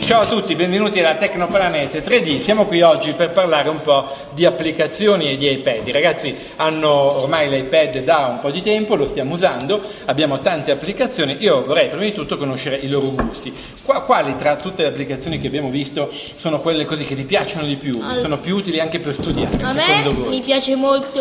Ciao a tutti, benvenuti alla Tecnoplanet 3D. Siamo qui oggi per parlare un po' di applicazioni e di iPad. I ragazzi hanno ormai l'iPad da un po' di tempo, lo stiamo usando, abbiamo tante applicazioni. Io vorrei prima di tutto conoscere i loro gusti. Quali tra tutte le applicazioni che abbiamo visto sono quelle così che vi piacciono di più, sono più utili anche per studiare? A me mi piace molto,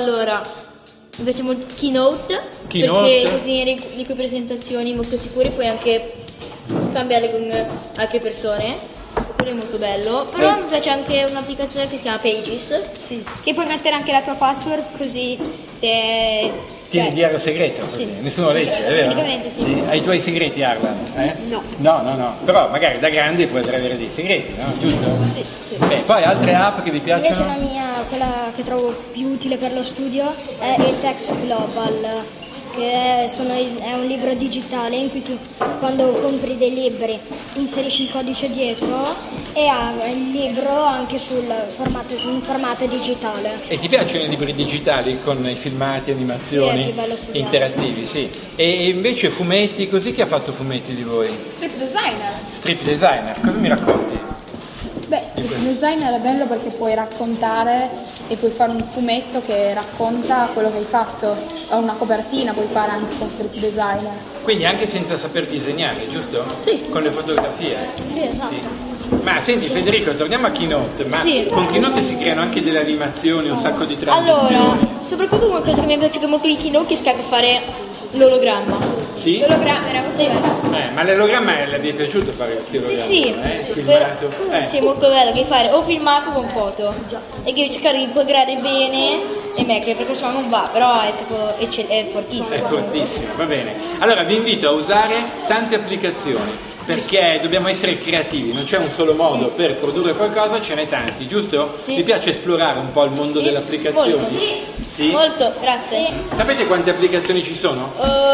mi piace molto Keynote. Perché puoi tenere le tue presentazioni molto sicure, puoi anche scambiarle con altre persone, quello è molto bello. Però mi piace anche un'applicazione che si chiama Pages, che puoi mettere anche la tua password, così se tieni diario segreto, così. Nessuno legge, è vero? Praticamente sì. Hai i tuoi segreti, Arlan? No. No, però magari da grandi puoi avere dei segreti, no? Giusto? Sì. Beh, poi altre app che vi piacciono? Invece la mia, quella che trovo più utile per lo studio è edX Global, che è un libro digitale in cui tu, quando compri dei libri, inserisci il codice dietro e ha il libro anche in formato digitale. E ti piacciono i libri digitali con i filmati, animazioni, Sì, è più bello studiare. interattivi? Sì. E invece fumetti, così chi ha fatto fumetti di voi? Strip designer. Strip designer, cosa mi racconti? Beh, strip designer è bello perché puoi raccontare e puoi fare un fumetto che racconta quello che hai fatto, o una copertina puoi fare anche con strip designer. Quindi anche senza saper disegnare, giusto? Sì. Con le fotografie? Sì, esatto. Sì. Ma senti Federico, torniamo a Keynote, ma con Keynote si creano anche delle animazioni, un sacco di transizioni. Allora, soprattutto una cosa che mi piace molto di Keynote è fare l'ologramma. Sì? L'ologramma era molto bello. Ma l'ologramma le è piaciuto fare lo stilogramma? Sì, Filmato? sì, è molto bello che fare o filmato con foto e che cercare di inquadrare bene e Mac, perché sennò non va, però è tipo è fortissimo. È fortissimo, va bene. Allora vi invito a usare tante applicazioni, perché dobbiamo essere creativi, non c'è un solo modo per produrre qualcosa, ce n'è tanti, giusto? Sì. Vi piace esplorare un po' il mondo delle applicazioni? Molto. Sì? Molto, grazie. Sapete quante applicazioni ci sono?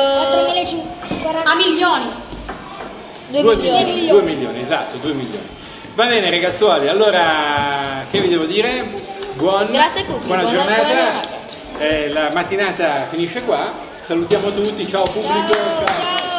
4.540 A milioni! 2 milioni, esatto, 2 milioni. Va bene ragazzuoli, allora che vi devo dire? Grazie a tutti, buona buona giornata. giornata. La mattinata finisce qua, salutiamo tutti, ciao pubblico. Ciao.